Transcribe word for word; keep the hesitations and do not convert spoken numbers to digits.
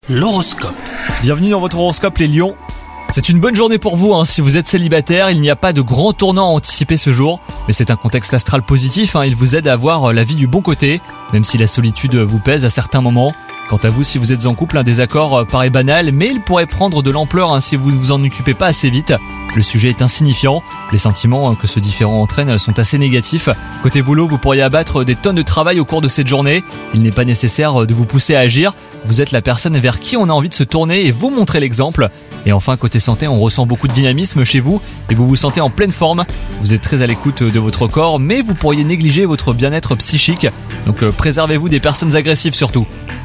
L'horoscope. Bienvenue dans votre horoscope les lions. C'est une bonne journée pour vous, hein. Si vous êtes célibataire, il n'y a pas de grand tournant à anticiper ce jour. Mais c'est un contexte astral positif, hein. Il vous aide à voir la vie du bon côté, même si la solitude vous pèse à certains moments. Quant à vous, si vous êtes en couple, un désaccord paraît banal, mais il pourrait prendre de l'ampleur hein, si vous ne vous en occupez pas assez vite. Le sujet est insignifiant, les sentiments que ce différend entraîne sont assez négatifs. Côté boulot, vous pourriez abattre des tonnes de travail au cours de cette journée. Il n'est pas nécessaire de vous pousser à agir. Vous êtes la personne vers qui on a envie de se tourner et vous montrer l'exemple. Et enfin, côté santé, on ressent beaucoup de dynamisme chez vous et vous vous sentez en pleine forme. Vous êtes très à l'écoute de votre corps, mais vous pourriez négliger votre bien-être psychique. Donc euh, préservez-vous des personnes agressives surtout.